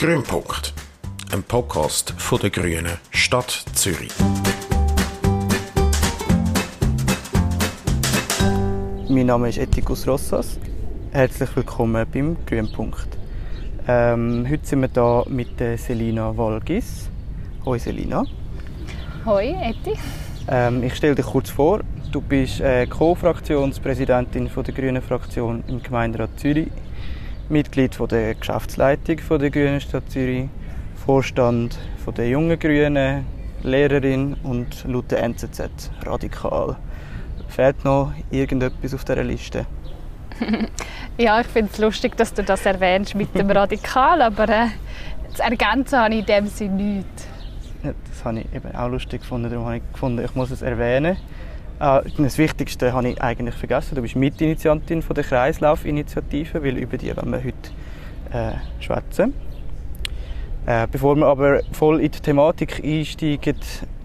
Grünpunkt, ein Podcast von der Grünen Stadt Zürich. Mein Name ist Etikus Rossas. Herzlich willkommen beim Grünpunkt. Heute sind wir hier mit Selina Walgis. Hoi Selina. Hoi Eti. Ich stelle dich kurz vor. Du bist Co-Fraktionspräsidentin der Grünen Fraktion im Gemeinderat Zürich, Mitglied der Geschäftsleitung der Grünen Stadt Zürich, Vorstand der Jungen Grünen, Lehrerin und laut der NZZ radikal. Fehlt noch irgendetwas auf dieser Liste? Ja, ich finde es lustig, dass du das erwähnst mit dem Radikal, aber zu ergänzen habe ich in dem Sinne nichts. Ja, das habe ich eben auch lustig gefunden, darum habe ich gefunden, ich muss es erwähnen. Das Wichtigste habe ich eigentlich vergessen. Du bist Mitinitiantin der Kreislaufinitiative, weil über die wollen wir heute schwätzen. Bevor wir aber voll in die Thematik einsteigen,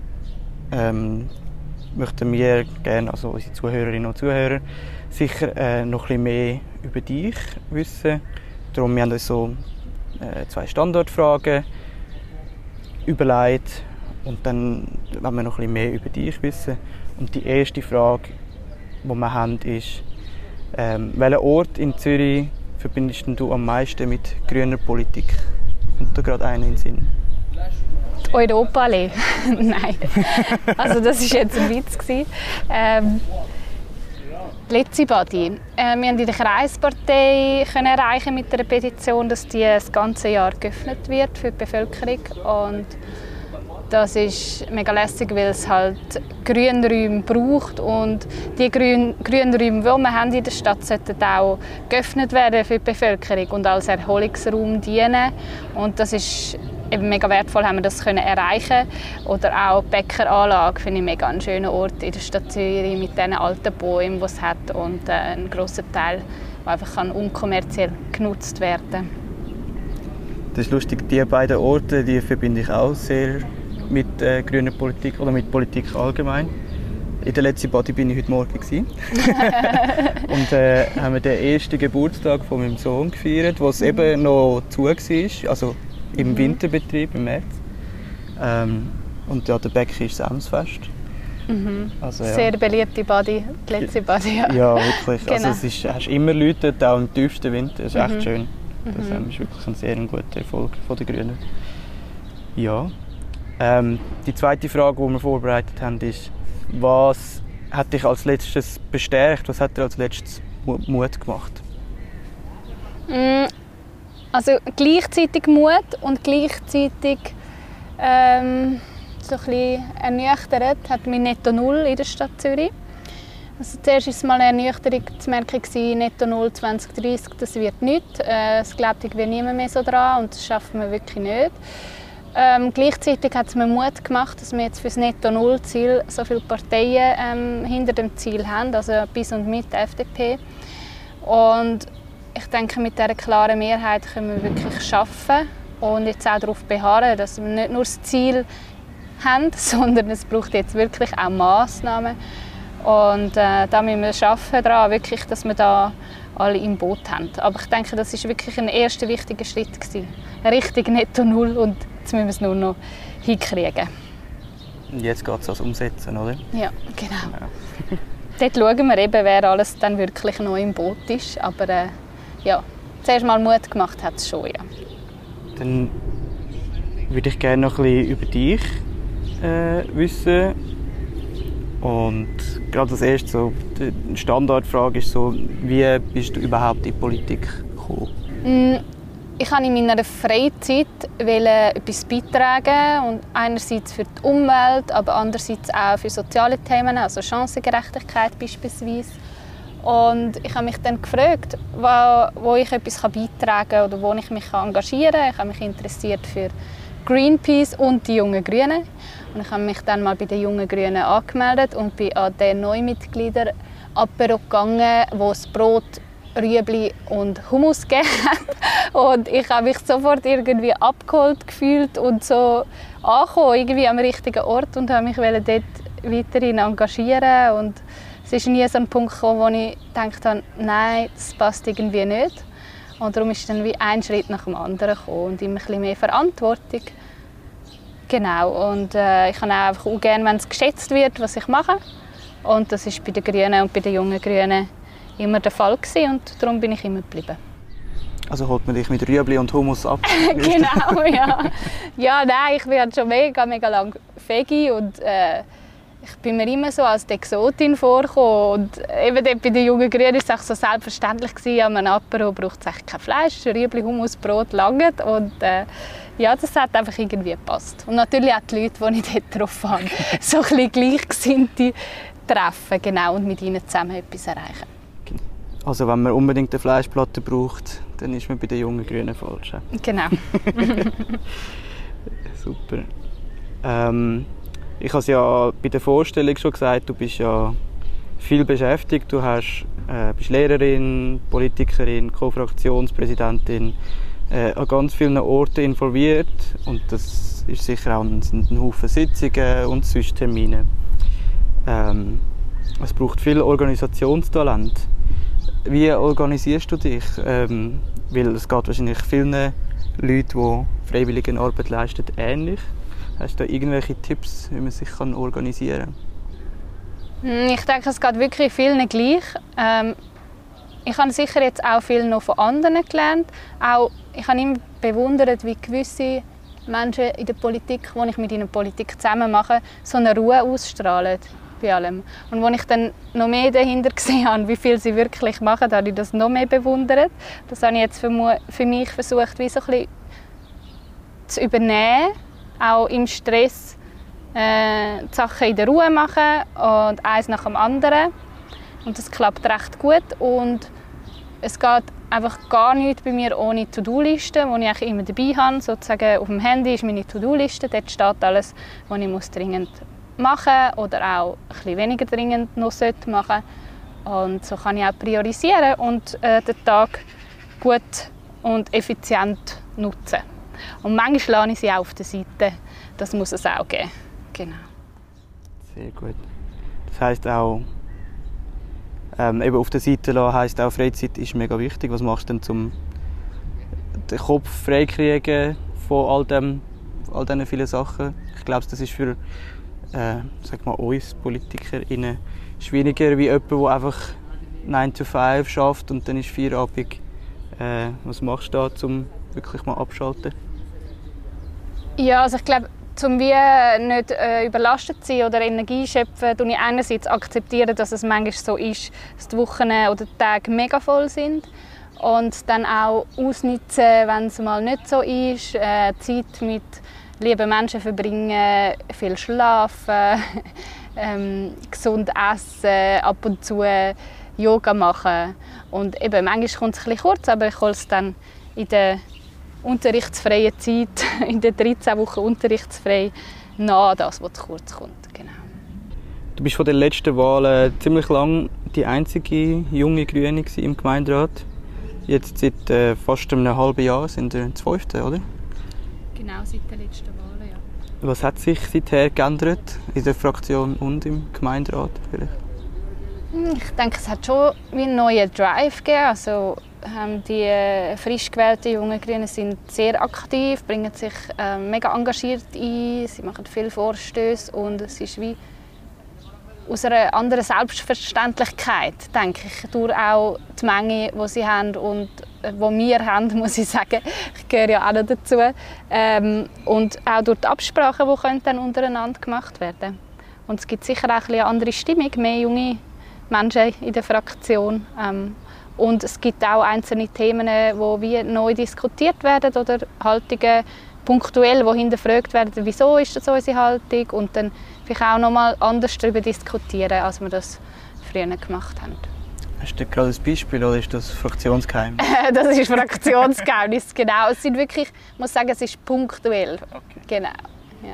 möchten wir gerne, also unsere Zuhörerinnen und Zuhörer, sicher noch ein bisschen mehr über dich wissen. Darum wir haben uns so 2 Standardfragen überlegt und dann wollen wir noch ein bisschen mehr über dich wissen. Und die erste Frage, die wir haben, ist, welchen Ort in Zürich verbindest du am meisten mit grüner Politik? Kommt da gerade einer in den Sinn? Die Europaallee? Nein. Also das war jetzt ein Witz. Lezibadi. Wir haben in der Kreispartei erreichen mit einer Petition, dass die das ganze Jahr geöffnet wird für die Bevölkerung. Und das ist mega lässig, weil es halt Grünräume braucht und die Grünräume, die wir haben in der Stadt, sollten auch geöffnet werden für die Bevölkerung und als Erholungsraum dienen. Und das ist eben mega wertvoll, haben wir das können erreichen. Oder auch die Bäckeranlage, finde ich mega einen schönen Ort in der Stadt Zürich mit diesen alten Bäumen, die es hat und ein grosser Teil, der einfach unkommerziell genutzt werden kann. Das ist lustig, die beiden Orte, die verbinde ich auch sehr mit grüner Politik oder mit Politik allgemein. In der letzten Party war ich heute Morgen und haben wir den ersten Geburtstag von meinem Sohn gefeiert, wo es eben noch zu war, also im Winterbetrieb im März. Und ja, der Bäcker ist Samsfest. Also, ja. Sehr beliebte Body, die letzte Body. Ja, ja wirklich. Genau. Also es hast immer Leute dort, auch im tiefsten Winter. Das ist echt schön. Das ist wirklich ein sehr guter Erfolg von den Grünen. Ja. Die zweite Frage, die wir vorbereitet haben, ist, was hat dich als letztes bestärkt? Was hat dir als letztes Mut gemacht? Also gleichzeitig Mut und gleichzeitig so ein bisschen ernüchtert hat mich Netto Null in der Stadt Zürich. Also zuerst war es mal eine Ernüchterung zu merken, Netto Null 2030, das wird nichts. Es glaubt irgendwie niemand mehr so dran und das schaffen wir wirklich nicht. Gleichzeitig hat es mir Mut gemacht, dass wir jetzt für das Netto-Null-Ziel so viele Parteien hinter dem Ziel haben, also bis und mit der FDP. Und ich denke, mit dieser klaren Mehrheit können wir wirklich schaffen und jetzt auch darauf beharren, dass wir nicht nur das Ziel haben, sondern es braucht jetzt wirklich auch Massnahmen. Und da müssen wir schaffen daran, wirklich, dass wir da alle im Boot haben. Aber ich denke, das war wirklich ein erster wichtiger Schritt gewesen. Richtig Netto Null und jetzt müssen wir es nur noch hinkriegen. Und jetzt geht es ans Umsetzen, oder? Ja, genau. Ja. Dort schauen wir eben, wer alles dann wirklich noch im Boot ist. Aber ja, zuerst mal Mut gemacht hat es schon, ja. Dann würde ich gerne noch ein bisschen über dich wissen. Und gerade als erstes, so, die Standardfrage ist so, wie bist du überhaupt in die Politik gekommen? Ich wollte in meiner Freizeit etwas beitragen, und einerseits für die Umwelt, aber andererseits auch für soziale Themen, also Chancengerechtigkeit beispielsweise. Und ich habe mich dann gefragt, wo ich etwas beitragen kann oder wo ich mich engagieren kann. Ich habe mich interessiert für Greenpeace und die Jungen Grünen. Und ich habe mich dann mal bei den Jungen Grünen angemeldet und bin an den Neumitglieder-Apero gegangen, wo es Brot, Rüebli und Hummus gegeben hat. Und ich habe mich sofort irgendwie abgeholt gefühlt und so angekommen, irgendwie am richtigen Ort, und habe mich dort weiterhin engagieren. Und es ist nie so ein Punkt gekommen, wo ich gedacht habe, nein, das passt irgendwie nicht. Und darum ist dann wie ein Schritt nach dem anderen gekommen und immer ein bisschen mehr Verantwortung. Genau, und ich habe auch einfach gerne, wenn es geschätzt wird, was ich mache. Und das war bei den Grünen und bei den jungen Grünen immer der Fall gewesen, und darum bin ich immer geblieben. Also holt man dich mit Rüebli und Hummus ab? Genau, ja. Ja, nein, ich bin halt schon mega lang Veggie und ich bin mir immer so als die Exotin vorgekommen. Und eben dort bei den jungen Grünen war es auch so selbstverständlich gewesen, an einem Apero braucht es eigentlich kein Fleisch, Rüebli, Hummus, Brot langt. Und ja, das hat einfach irgendwie gepasst. Und natürlich auch die Leute, die ich dort getroffen habe, so ein bisschen Gleichgesinnte treffen, genau, und mit ihnen zusammen etwas erreichen. Also wenn man unbedingt eine Fleischplatte braucht, dann ist man bei den jungen Grünen falsch. Genau. Super. Ich habe es ja bei der Vorstellung schon gesagt, du bist ja viel beschäftigt. Du bist Lehrerin, Politikerin, Co-Fraktionspräsidentin, an ganz vielen Orten involviert. Und das ist sicher auch ein Haufen Sitzungen und sonst Termine. Es braucht viel Organisationstalent. Wie organisierst du dich? Weil es geht wahrscheinlich vielen Leuten, die Freiwilligenarbeit leisten, ähnlich. Hast du da irgendwelche Tipps, wie man sich organisieren kann? Ich denke, es geht wirklich vielen gleich. Ich habe sicher jetzt auch viel noch von anderen gelernt. Auch, ich habe immer bewundert, wie gewisse Menschen in der Politik, die ich mit ihnen Politik zusammen mache, so eine Ruhe ausstrahlen bei allem. Und als ich dann noch mehr dahinter gesehen habe, wie viel sie wirklich machen, habe ich das noch mehr bewundert. Das habe ich jetzt für mich versucht, wie so ein bisschen zu übernehmen, auch im Stress die Sachen in der Ruhe machen und eins nach dem anderen. Und das klappt recht gut. Und es geht einfach gar nichts bei mir ohne To-Do-Liste, die ich eigentlich immer dabei habe. Sozusagen auf dem Handy ist meine To-Do-Liste, dort steht alles, was ich dringend machen muss oder auch ein bisschen weniger dringend noch machen sollte. Und so kann ich auch priorisieren und den Tag gut und effizient nutzen. Und manchmal lasse ich sie auch auf der Seite. Das muss es auch geben. Genau. Sehr gut. Das heisst auch, eben auf der Seite lassen heisst auch, Freizeit ist mega wichtig. Was machst du denn, um den Kopf freikriegen von all diesen vielen Sachen? Ich glaube, das ist für sag mal, uns PolitikerInnen schwieriger wie jemand, der einfach 9 to 5 schafft und dann ist Feierabend. Was machst du da, um wirklich mal abzuschalten? Ja, also ich glaube, um nicht überlastet zu sein oder Energie zu schöpfen, akzeptiere ich einerseits, dass es manchmal so ist, dass die Wochen oder die Tage mega voll sind. Und dann auch ausnutzen, wenn es mal nicht so ist, Zeit mit lieben Menschen verbringen, viel schlafen, gesund essen, ab und zu Yoga machen. Und eben, manchmal kommt es ein bisschen kurz, aber ich hole es dann in der unterrichtsfreien Zeit, in den 13 Wochen unterrichtsfrei, nach das, was zu kurz kommt. Genau. Du bist von den letzten Wahlen ziemlich lang die einzige junge Grüne im Gemeinderat. Jetzt seit fast einem halben Jahr sind wir ins 5., oder? Genau, seit den letzten Wahlen, ja. Was hat sich seither geändert in der Fraktion und im Gemeinderat vielleicht? Ich denke, es hat schon wie einen neuen Drive gegeben. Also, die frisch gewählten jungen Grünen sind sehr aktiv, bringen sich mega engagiert ein, sie machen viele Vorstöße und es ist wie aus einer anderen Selbstverständlichkeit, denke ich, durch auch die Menge, die sie haben und die wir haben, muss ich sagen. Ich gehöre ja auch noch dazu. Und auch durch die Absprachen, die dann untereinander gemacht werden können. Und es gibt sicher auch eine andere Stimmung, mehr junge Menschen in der Fraktion. Und es gibt auch einzelne Themen, die wie neu diskutiert werden oder Haltungen punktuell, die hinterfragt werden, wieso ist das unsere Haltung, und dann vielleicht auch noch mal anders darüber diskutieren, als wir das früher gemacht haben. Hast du gerade ein Beispiel oder ist das Fraktionsgeheimnis? Das ist Fraktionsgeheimnis, genau. Es sind wirklich, ich muss sagen, es ist punktuell. Okay. Genau. Ja.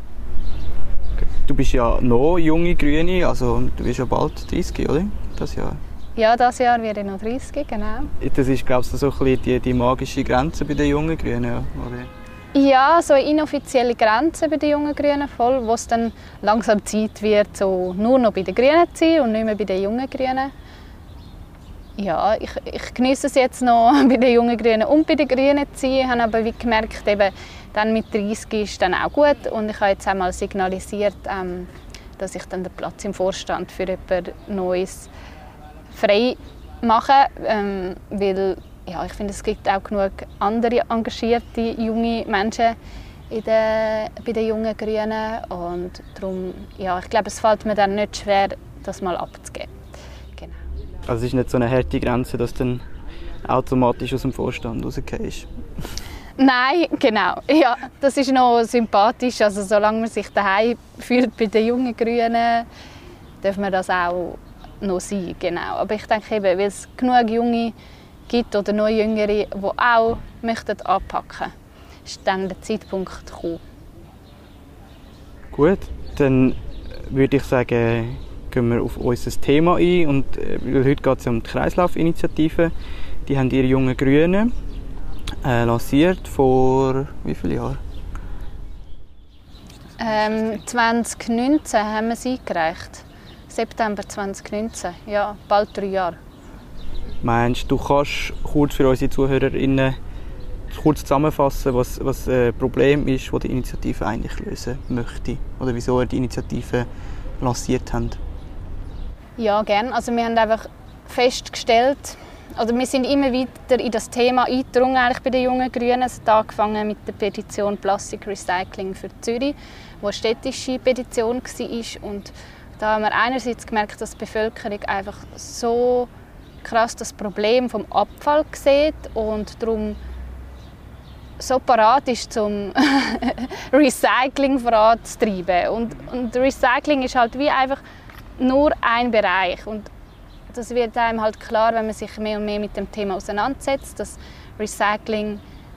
Du bist ja noch junge Grüne, also du bist ja bald 30, oder? Das Jahr. Ja, dieses Jahr werde ich noch 30, genau. Das ist, glaube ich, so ein bisschen die magische Grenze bei den jungen Grünen, oder? Ja, so eine inoffizielle Grenze bei den jungen Grünen, voll, wo es dann langsam Zeit wird, so nur noch bei den Grünen zu sein und nicht mehr bei den jungen Grünen. Ja, ich genieße es jetzt noch, bei den jungen Grünen und bei den Grünen zu sein. Ich habe aber wie gemerkt, eben, dann mit 30 ist dann auch gut. Und ich habe jetzt einmal signalisiert, dass ich dann den Platz im Vorstand für jemand Neues frei mache. Weil ja, ich finde, es gibt auch genug andere engagierte junge Menschen bei den jungen Grünen. Und darum, ja, ich glaube, es fällt mir dann nicht schwer, das mal abzugeben. Also es ist nicht so eine harte Grenze, dass du dann automatisch aus dem Vorstand rausgehst? Nein, genau. Ja, das ist noch sympathisch. Also solange man sich daheim fühlt bei den jungen Grünen, darf man das auch noch sein. Genau. Aber ich denke eben, weil es genug Junge gibt oder noch Jüngere, die auch möchten anpacken möchten, ist dann der Zeitpunkt gekommen. Gut, dann würde ich sagen, gehen wir auf unser Thema ein. Und, heute geht es um die Kreislaufinitiative. Die haben ihre jungen Grünen lanciert vor wie vielen Jahren? 2019 haben wir sie eingereicht. September 2019, ja, bald 3 Jahre. Meinst du, kannst kurz für unsere ZuhörerInnen kurz zusammenfassen, was das Problem ist, das die Initiative eigentlich lösen möchte? Oder wieso ihr die Initiative lanciert habt? Ja, gerne. Also wir haben einfach festgestellt, also wir sind immer weiter in das Thema eingedrungen bei den jungen Grünen. Es hat angefangen mit der Petition Plastic Recycling für Zürich, die eine städtische Petition war. Und da haben wir einerseits gemerkt, dass die Bevölkerung einfach so krass das Problem vom Abfall sieht und darum so parat ist, zum Recycling voranzutreiben. Und Recycling ist halt wie einfach nur ein Bereich. Und das wird einem halt klar, wenn man sich mehr und mehr mit dem Thema auseinandersetzt, dass Recycling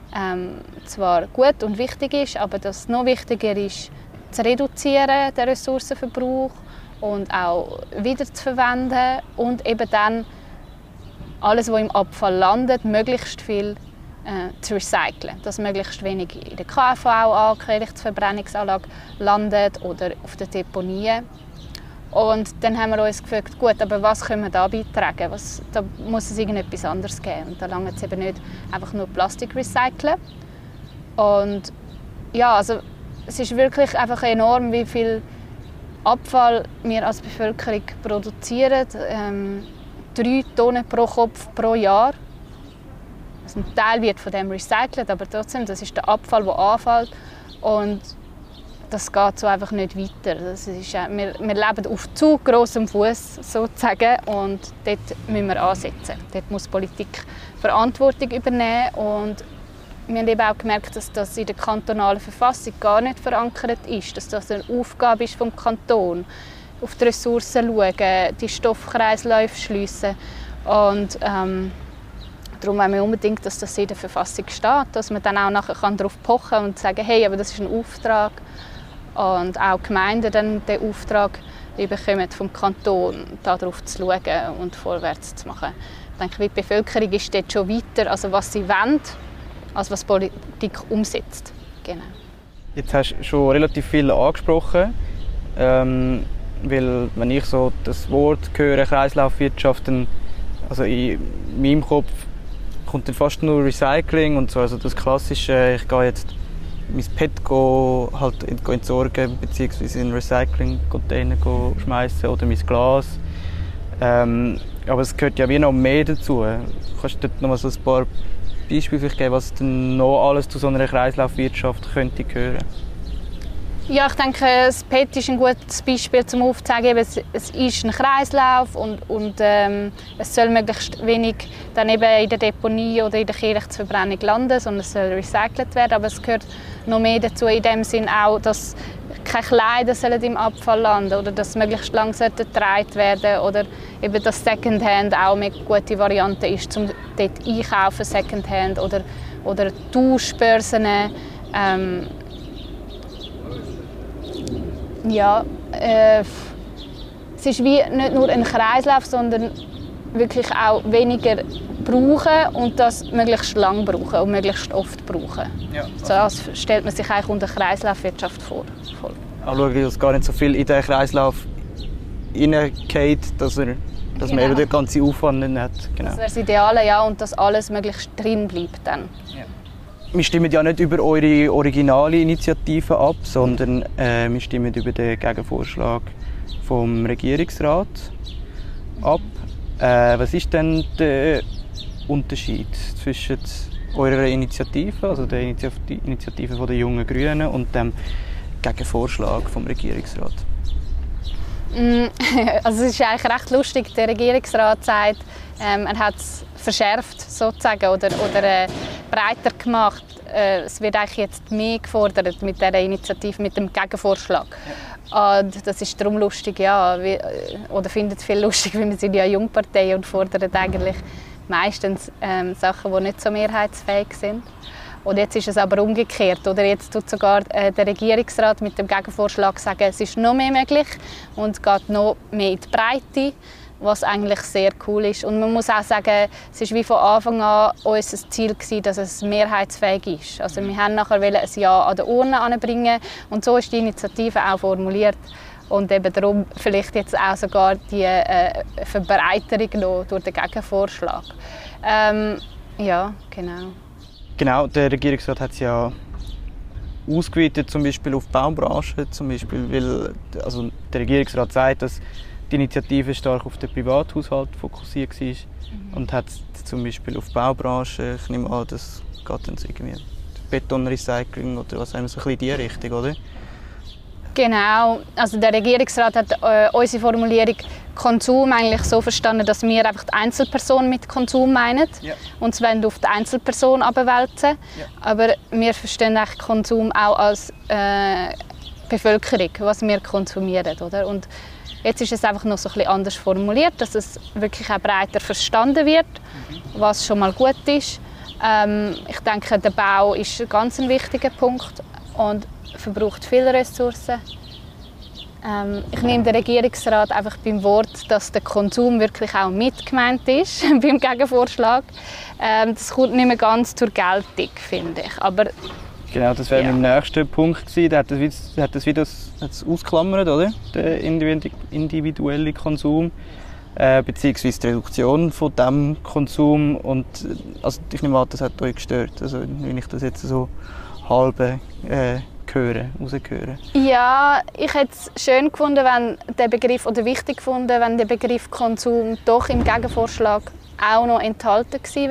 zwar gut und wichtig ist, aber dass noch wichtiger ist, zu reduzieren, den Ressourcenverbrauch und auch wieder zu verwenden und eben dann alles, was im Abfall landet, möglichst viel zu recyceln. Dass möglichst wenig in der KVA, Kehrichtverbrennungsanlage, landet oder auf den Deponien. Und dann haben wir uns gefragt, gut, aber was können wir da beitragen? Da muss es irgendetwas anderes geben. Und da langt es eben nicht einfach nur Plastik recyceln. Und ja, also es ist wirklich einfach enorm, wie viel Abfall wir als Bevölkerung produzieren. 3 Tonnen pro Kopf pro Jahr. Also ein Teil wird von dem recycelt, aber trotzdem, das ist der Abfall, der anfällt. Und das geht so einfach nicht weiter. Das ist, wir leben auf zu grossem Fuß sozusagen, und dort müssen wir ansetzen. Dort muss die Politik Verantwortung übernehmen. Und wir haben eben auch gemerkt, dass das in der kantonalen Verfassung gar nicht verankert ist, dass das eine Aufgabe ist vom Kanton, auf die Ressourcen schauen, die Stoffkreisläufe schliessen. Und darum wollen wir unbedingt, dass das in der Verfassung steht, dass man dann auch nachher darauf pochen kann und sagen, hey, aber das ist ein Auftrag. Und auch die Gemeinden dann den Auftrag bekommen vom Kanton, darauf zu schauen und vorwärts zu machen. Ich denke, die Bevölkerung ist dort schon weiter, also was sie wollen, als was die Politik umsetzt. Genau. Jetzt hast du schon relativ viel angesprochen, weil wenn ich so das Wort höre, Kreislaufwirtschaft, dann, also in meinem Kopf kommt dann fast nur Recycling und so, also das Klassische, ich gehe jetzt mein Pet entsorgen bzw. in einen Recycling-Container schmeißen oder mein Glas. Aber es gehört ja wie noch mehr dazu. Kannst du dort noch mal so ein paar Beispiele geben, was denn noch alles zu so einer Kreislaufwirtschaft könnte gehören? Ja, ich denke, das PET ist ein gutes Beispiel, um aufzuzeigen, es ist ein Kreislauf und es soll möglichst wenig dann eben in der Deponie oder in der Kehrichtverbrennung landen, sondern es soll recycelt werden. Aber es gehört noch mehr dazu, in dem Sinn auch, dass keine Kleider im Abfall landen oder dass möglichst lang getragen werden oder eben dass Secondhand auch eine gute Variante ist, um dort einkaufen, Secondhand oder Tauschbörsen. Ja, es ist wie nicht nur ein Kreislauf, sondern wirklich auch weniger brauchen und das möglichst lang brauchen und möglichst oft brauchen. Ja. So, das stellt man sich eigentlich unter Kreislaufwirtschaft vor. Auch schauen, dass gar nicht so viel in den Kreislauf hineingeht, dass er Dass man eben den ganzen Aufwand nicht hat. Genau. Das wäre das Ideale, ja, und dass alles möglichst drin bleibt dann. Ja. Wir stimmen ja nicht über eure originale Initiative ab, sondern wir stimmen über den Gegenvorschlag vom Regierungsrat ab. Was ist denn der Unterschied zwischen eurer Initiative, also der Initiative der Jungen Grünen, und dem Gegenvorschlag vom Regierungsrat? Also es ist eigentlich recht lustig. Der Regierungsrat sagt, er hat es verschärft sozusagen oder breiter gemacht. Es wird eigentlich jetzt mehr gefordert mit dieser Initiative, mit dem Gegenvorschlag. Ja. Und das ist darum lustig, ja, oder findet es viel lustig, weil wir sind ja eine Jungpartei und fordern eigentlich meistens Sachen, die nicht so mehrheitsfähig sind. Und jetzt ist es aber umgekehrt. Oder jetzt tut sogar der Regierungsrat mit dem Gegenvorschlag sagen, es ist noch mehr möglich und geht noch mehr in die Breite, was eigentlich sehr cool ist. Und man muss auch sagen, es war wie von Anfang an unser Ziel gewesen, dass es mehrheitsfähig ist. Also wir wollten nachher ein Ja an der Urne anbringen und so ist die Initiative auch formuliert. Und eben darum vielleicht jetzt auch sogar die Verbreiterung noch durch den Gegenvorschlag. Ja, genau. Genau, der Regierungsrat hat es ja ausgeweitet, zum Beispiel auf die Baubranche, zum Beispiel, weil also der Regierungsrat sagt, dass die Initiative stark auf den Privathaushalt fokussiert war und hat zum Beispiel auf die Baubranche, ich nehme an, das geht dann irgendwie Betonrecycling oder was auch immer, so ein bisschen in die Richtung, oder? Genau, also der Regierungsrat hat unsere Formulierung Konsum eigentlich so verstanden, dass wir einfach die Einzelperson mit Konsum meinen und es wollen auf die Einzelperson abwälzen. Ja. Aber wir verstehen eigentlich Konsum auch als Bevölkerung, was wir konsumieren, oder? Und jetzt ist es einfach noch so ein bisschen anders formuliert, dass es wirklich auch breiter verstanden wird, was schon mal gut ist. Ich denke, der Bau ist ein ganz wichtiger Punkt und verbraucht viele Ressourcen. Ich nehme den Regierungsrat einfach beim Wort, dass der Konsum wirklich auch mit gemeint ist beim Gegenvorschlag. Das kommt nicht mehr ganz zur Geltung, finde ich. Aber, genau, das wäre mein nächster Punkt gewesen. Der hat das wieder ausklammert, oder? Der individuelle Konsum beziehungsweise die Reduktion von diesem Konsum. Und, ich nehme an, das hat euch gestört, also, wenn ich das jetzt so halbe rausgehören. Ja, ich hätte es schön gefunden, wenn der Begriff, oder wichtig gefunden, wenn der Begriff Konsum doch im Gegenvorschlag auch noch enthalten gewesen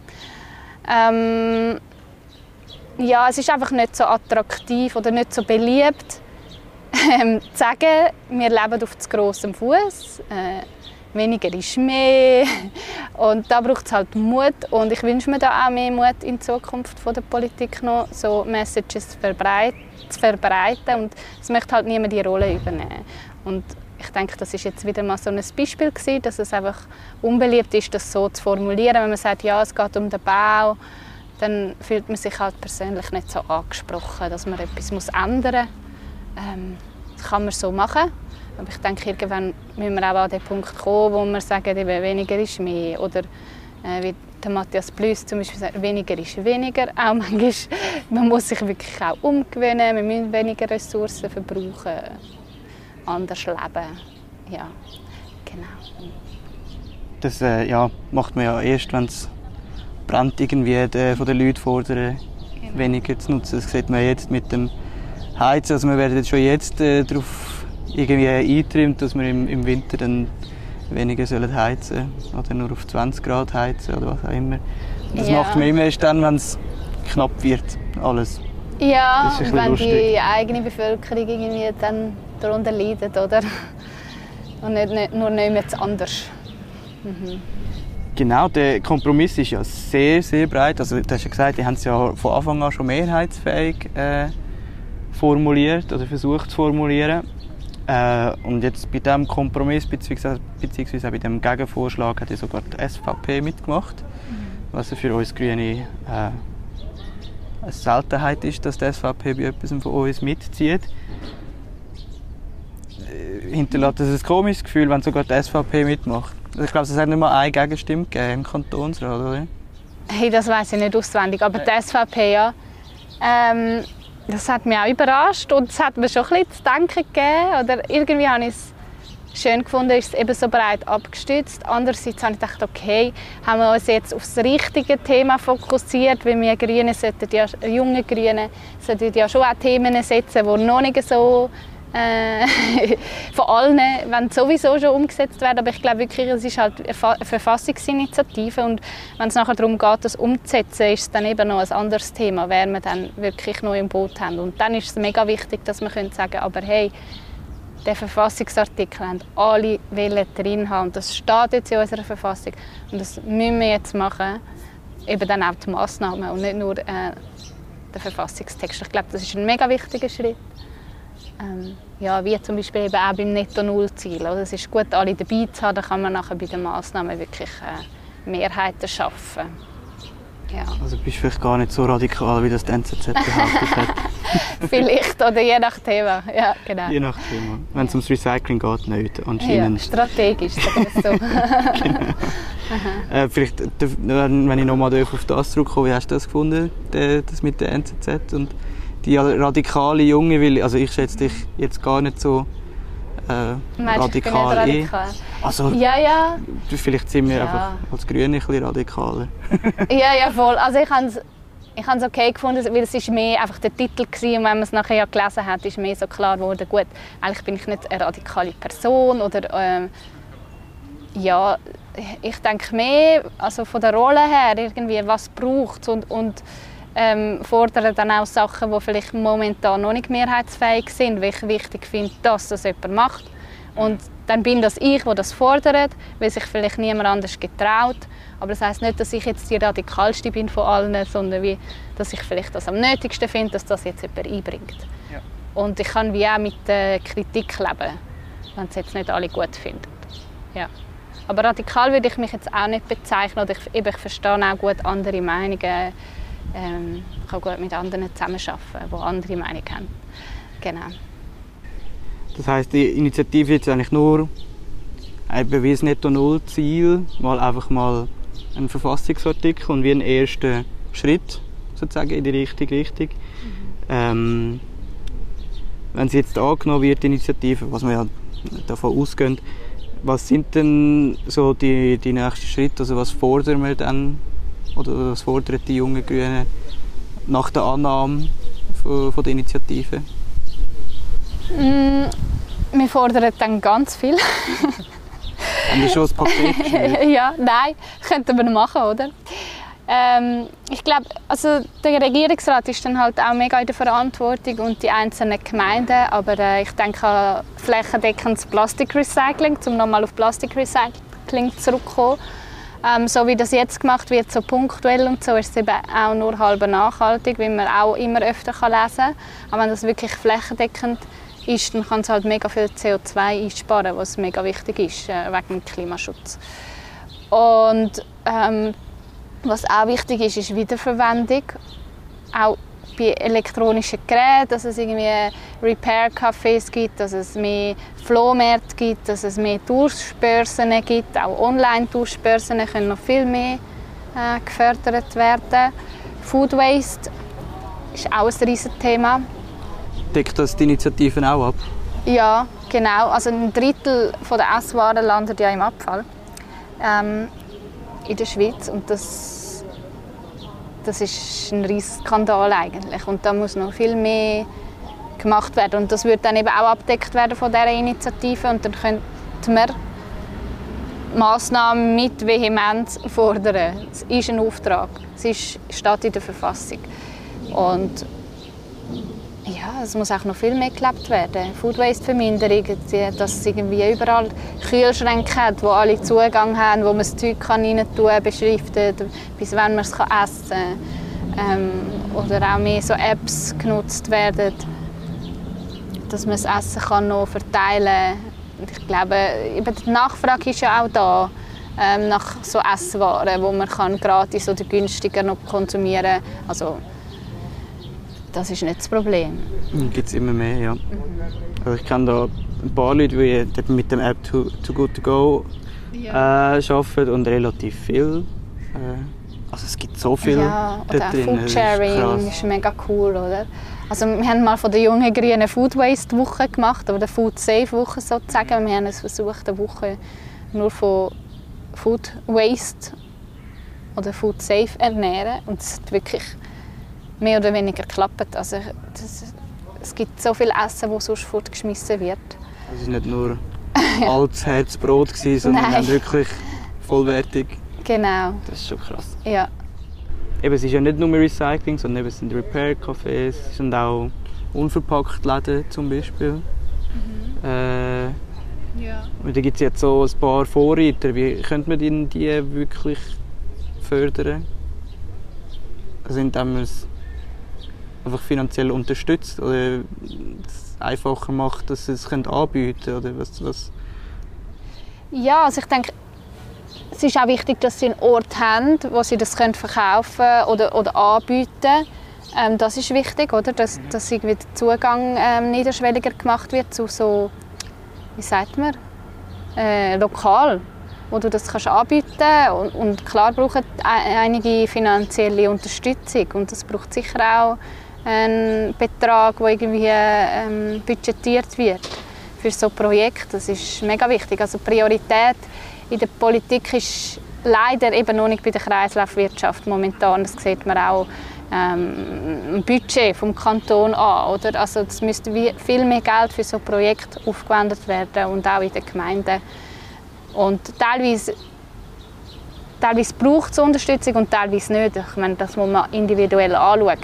wäre. Ja, es ist einfach nicht so attraktiv oder nicht so beliebt, zu sagen, wir leben auf zu grossem Fuß. Weniger ist mehr. Und da braucht es halt Mut. Und ich wünsche mir da auch mehr Mut in Zukunft von der Politik noch, so Messages zu verbreiten. Und es möchte halt niemand die Rolle übernehmen. Und ich denke, das ist jetzt wieder mal so ein Beispiel gewesen, dass es einfach unbeliebt ist, das so zu formulieren. Wenn man sagt, ja, es geht um den Bau, dann fühlt man sich halt persönlich nicht so angesprochen, dass man etwas ändern muss. Das kann man so machen. Aber ich denke, irgendwann müssen wir auch an den Punkt kommen, wo wir sagen, weniger ist mehr. Oder wie der Matthias Plüss zum Beispiel sagt, weniger ist weniger. Auch manchmal, man muss sich wirklich auch umgewöhnen, wir müssen weniger Ressourcen verbrauchen, anders leben. Ja, genau. Das macht man ja erst, wenn es brennt, irgendwie von den Leuten fordern, weniger zu nutzen. Das sieht man jetzt mit dem Heizen. Also wir werden jetzt schon jetzt darauf irgendwie eintrimmt, dass wir im Winter dann weniger heizen sollen oder nur auf 20 Grad heizen oder was auch immer. Das macht man immer erst dann, wenn es knapp wird, alles. Ja, und wenn lustig. Die eigene Bevölkerung irgendwie dann darunter leidet, oder? Und nicht nur niemand anders. Genau, der Kompromiss ist ja sehr, sehr breit. Also, du hast ja gesagt, die haben es ja von Anfang an schon mehrheitsfähig formuliert oder versucht zu formulieren. Und jetzt bei diesem Kompromiss beziehungsweise auch bei diesem Gegenvorschlag hat ja sogar die SVP mitgemacht, was für uns Grüne eine Seltenheit ist, dass die SVP bei etwas von uns mitzieht. Hinterlässt es ein komisches Gefühl, wenn sogar die SVP mitmacht. Also ich glaube, es hat nicht mal eine Gegenstimme gegeben im Kantonsrat, oder? Hey, das weiss ich nicht auswendig, aber die SVP, ja. Das hat mich auch überrascht und es hat mir schon ein bisschen zu denken gegeben. Oder irgendwie habe ich es schön gefunden, ist es eben so breit abgestützt. Andererseits habe ich gedacht, okay, haben wir uns jetzt auf das richtige Thema fokussiert, weil wir Grüne junge Grüne sollten ja schon auch Themen setzen, die noch nicht so von allen wenn sowieso schon umgesetzt werden. Aber ich glaube wirklich, es ist halt eine Verfassungsinitiative und wenn es nachher darum geht, das umzusetzen, ist es dann eben noch ein anderes Thema, wer wir dann wirklich noch im Boot haben. Und dann ist es mega wichtig, dass wir sagen können, aber hey, den Verfassungsartikel haben alle drin haben. Und das steht jetzt in unserer Verfassung. Und das müssen wir jetzt machen, eben dann auch die Massnahmen und nicht nur den Verfassungstext. Ich glaube, das ist ein mega wichtiger Schritt. Ja, wie zum Beispiel eben auch beim Netto-Null-Ziel. Also es ist gut, alle dabei zu haben, dann kann man nachher bei den Massnahmen wirklich Mehrheiten schaffen. Ja. Also bist du vielleicht gar nicht so radikal, wie das die NZZ behauptet hat. Vielleicht, oder je nach Thema. Ja, genau. Je nach Thema. Wenn es ums Recycling geht, nicht. Anscheinend. Ja, strategisch, sagen wir es so. Genau. Vielleicht, wenn ich nochmal auf das zurückkomme, wie hast du das gefunden, das mit der NZZ und die radikale Junge, weil also ich schätze dich jetzt gar nicht so radikal ein. Also, ja. Vielleicht sind wir einfach als Grüne ein bisschen radikaler. ja, voll. Also ich habe es okay gefunden, weil es ist mehr einfach der Titel war. Und wenn man es nachher ja gelesen hat, ist mir so klar geworden, gut, eigentlich bin ich nicht eine radikale Person oder ja, ich denke mehr, also von der Rolle her irgendwie, was braucht und fordern dann auch Sachen, die vielleicht momentan noch nicht mehrheitsfähig sind, weil ich wichtig finde, dass das jemand macht. Und dann bin das ich, der das fordert, weil sich vielleicht niemand anders getraut. Aber das heisst nicht, dass ich jetzt die radikalste bin von allen, sondern dass ich vielleicht das am nötigsten finde, dass das jetzt jemand einbringt. Ja. Und ich kann wie auch mit der Kritik leben, wenn es jetzt nicht alle gut finden. Ja. Aber radikal würde ich mich jetzt auch nicht bezeichnen. Oder ich verstehe auch gut andere Meinungen. Ich kann gut mit anderen zusammenarbeiten, die andere Meinungen haben. Genau. Das heisst, die Initiative ist jetzt eigentlich nur wie das Netto-Null-Ziel, einfach mal ein Verfassungsartikel und wie ein erster Schritt sozusagen in die richtige Richtung. Wenn sie jetzt angenommen wird, die Initiative, was wir ja davon ausgehen, was sind denn so die nächsten Schritte? Also was fordern wir dann oder was fordern die jungen Grünen nach der Annahme von der Initiative? Wir fordern dann ganz viel. Haben wir schon das Paket geschrieben? Ja, nein, könnten wir machen, oder? Ich glaube, also der Regierungsrat ist dann halt auch mega in der Verantwortung und die einzelnen Gemeinden, aber ich denke an flächendeckendes Plastikrecycling, um nochmal auf Plastikrecycling zurückzukommen. So wie das jetzt gemacht wird, so punktuell und so, ist es eben auch nur halb nachhaltig, weil man auch immer öfter lesen kann. Aber wenn das wirklich flächendeckend ist, dann kann es halt mega viel CO2 einsparen, was mega wichtig ist wegen dem Klimaschutz. Und was auch wichtig ist, ist Wiederverwendung. Auch bei elektronischen Geräten, dass es irgendwie Repair-Cafés gibt, dass es mehr Flohmärkte gibt, dass es mehr Tauschbörsen gibt. Auch Online-Tauschbörsen können noch viel mehr gefördert werden. Food Waste ist auch ein riesiges Thema. Deckt das die Initiativen auch ab? Ja, genau. Also ein Drittel der Esswaren landet ja im Abfall in der Schweiz. Und das ist ein riesiger Skandal eigentlich. Und da muss noch viel mehr gemacht werden. Und das wird dann eben auch abgedeckt werden von dieser Initiative. Und dann könnten wir Massnahmen mit Vehemenz fordern. Es ist ein Auftrag. Es steht in der Verfassung. Und ja, es muss auch noch viel mehr gelebt werden. Food Waste Verminderung, dass es irgendwie überall Kühlschränke hat, wo alle Zugang haben, wo man das Zeug rein tun kann, beschriftet, bis wann man es essen kann. Oder auch mehr so Apps genutzt werden, dass man das Essen kann noch verteilen kann. Ich glaube, die Nachfrage ist ja auch da nach so Esswaren, wo man kann gratis oder günstiger noch konsumieren kann. Also, das ist nicht das Problem. Gibt es immer mehr, ja. Also ich kenne da ein paar Leute, die mit dem App Too Good To Go arbeiten und relativ viel Also es gibt so viel Ja, oder da auch drin. Foodsharing ist mega cool, oder? Also wir haben mal von der jungen Grünen Food Waste Woche gemacht, oder Food Safe Woche sozusagen. Wir haben es versucht, eine Woche nur von Food Waste oder Food Safe ernähren, und es hat wirklich mehr oder weniger geklappt. Also es gibt so viel Essen, das sonst fortgeschmissen wird. Es war nicht nur altes Herzbrot, sondern wir haben wirklich vollwertig. Genau. Das ist schon krass. Ja. Eben, es ist ja nicht nur Recycling, sondern es sind Repair-Cafés, es sind auch unverpackt Läden zum Beispiel. Ja. Und da gibt es jetzt so ein paar Vorreiter. Wie könnte man die wirklich fördern? Also indem man es einfach finanziell unterstützt oder es einfacher macht, dass sie es anbieten können? Oder was? Ja, also ich denke, es ist auch wichtig, dass sie einen Ort haben, wo sie das verkaufen können oder anbieten. Das ist wichtig, oder? Dass irgendwie der Zugang niederschwelliger gemacht wird zu so, wie sagt man, lokal, wo du das kannst anbieten kannst. Und klar braucht einige finanzielle Unterstützung, und das braucht sicher auch einen Betrag, der irgendwie budgetiert wird für so Projekte. Das ist mega wichtig. Also Priorität in der Politik ist leider eben noch nicht bei der Kreislaufwirtschaft momentan. Das sieht man auch im Budget vom Kanton an. Oder? Also es müsste viel mehr Geld für so Projekte aufgewendet werden, und auch in den Gemeinden. Und teilweise braucht es Unterstützung und teilweise nicht. Ich meine, das muss man individuell anschauen.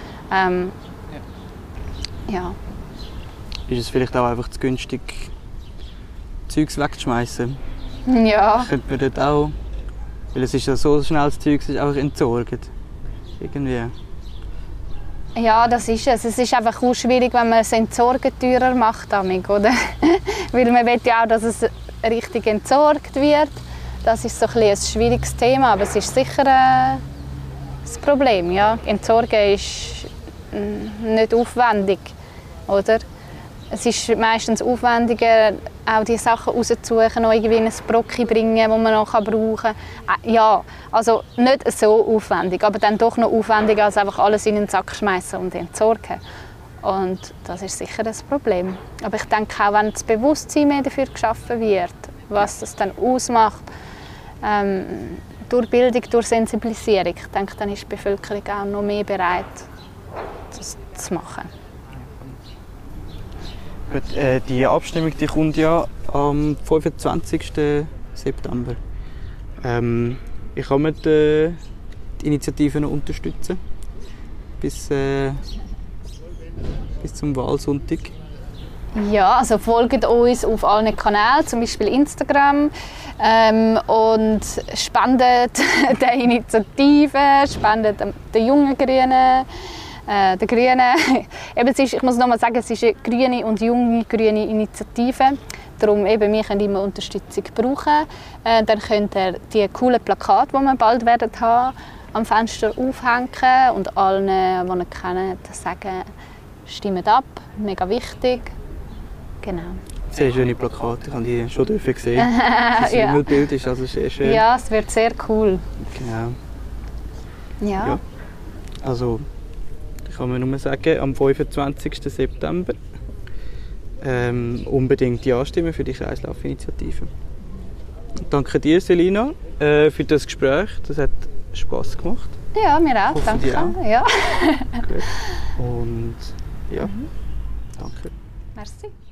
Ja. Ist es vielleicht auch einfach zu günstig, Zeugs wegzuschmeißen? Ja. Könnte man dort auch, weil es ist ja so schnell, das Zeug ist einfach entsorgt. Irgendwie. Ja, das ist es. Es ist einfach auch schwierig, wenn man es Entsorgen teurer macht, oder? Weil man will ja auch, dass es richtig entsorgt wird. Das ist so ein schwieriges Thema, aber es ist sicher das Problem. Ja. Entsorgen ist nicht aufwendig, oder? Es ist meistens aufwendiger, auch die Sachen rauszusuchen, noch irgendwie in ein Brocki bringen, das man noch brauchen kann. Ja, also nicht so aufwendig, aber dann doch noch aufwendiger, als einfach alles in den Sack schmeißen und entsorgen. Und das ist sicher ein Problem. Aber ich denke auch, wenn das Bewusstsein mehr dafür geschaffen wird, was das dann ausmacht, durch Bildung, durch Sensibilisierung, ich denke, dann ist die Bevölkerung auch noch mehr bereit, das zu machen. Die Abstimmung die kommt ja am 25. September. Ich kann mit die Initiative noch unterstützen bis zum Wahlsonntag. Ja, also folgt uns auf allen Kanälen, zum Beispiel Instagram, und spendet der Initiative, spendet den jungen Grünen. Der Grünen, eben, ich muss noch mal sagen, es ist eine grüne und junge grüne Initiative. Darum eben, wir können immer Unterstützung brauchen. Dann könnt ihr die coolen Plakate, die wir bald werden haben, am Fenster aufhängen und allen, die ihr kennt, sagen, stimmt ab, mega wichtig. Genau. Sehr schöne Plakate, ich habe die schon gesehen. Das Ja. Bild ist also sehr schön. Ja, es wird sehr cool. Genau. Ja. Also, ich kann mir nur sagen, am 25. September unbedingt Ja stimmen für die Kreislaufinitiative. Danke dir, Selina, für das Gespräch. Das hat Spass gemacht. Ja, mir auch. Hoffe Danke. dir auch. Ja. Gut. Und ja, danke. Merci.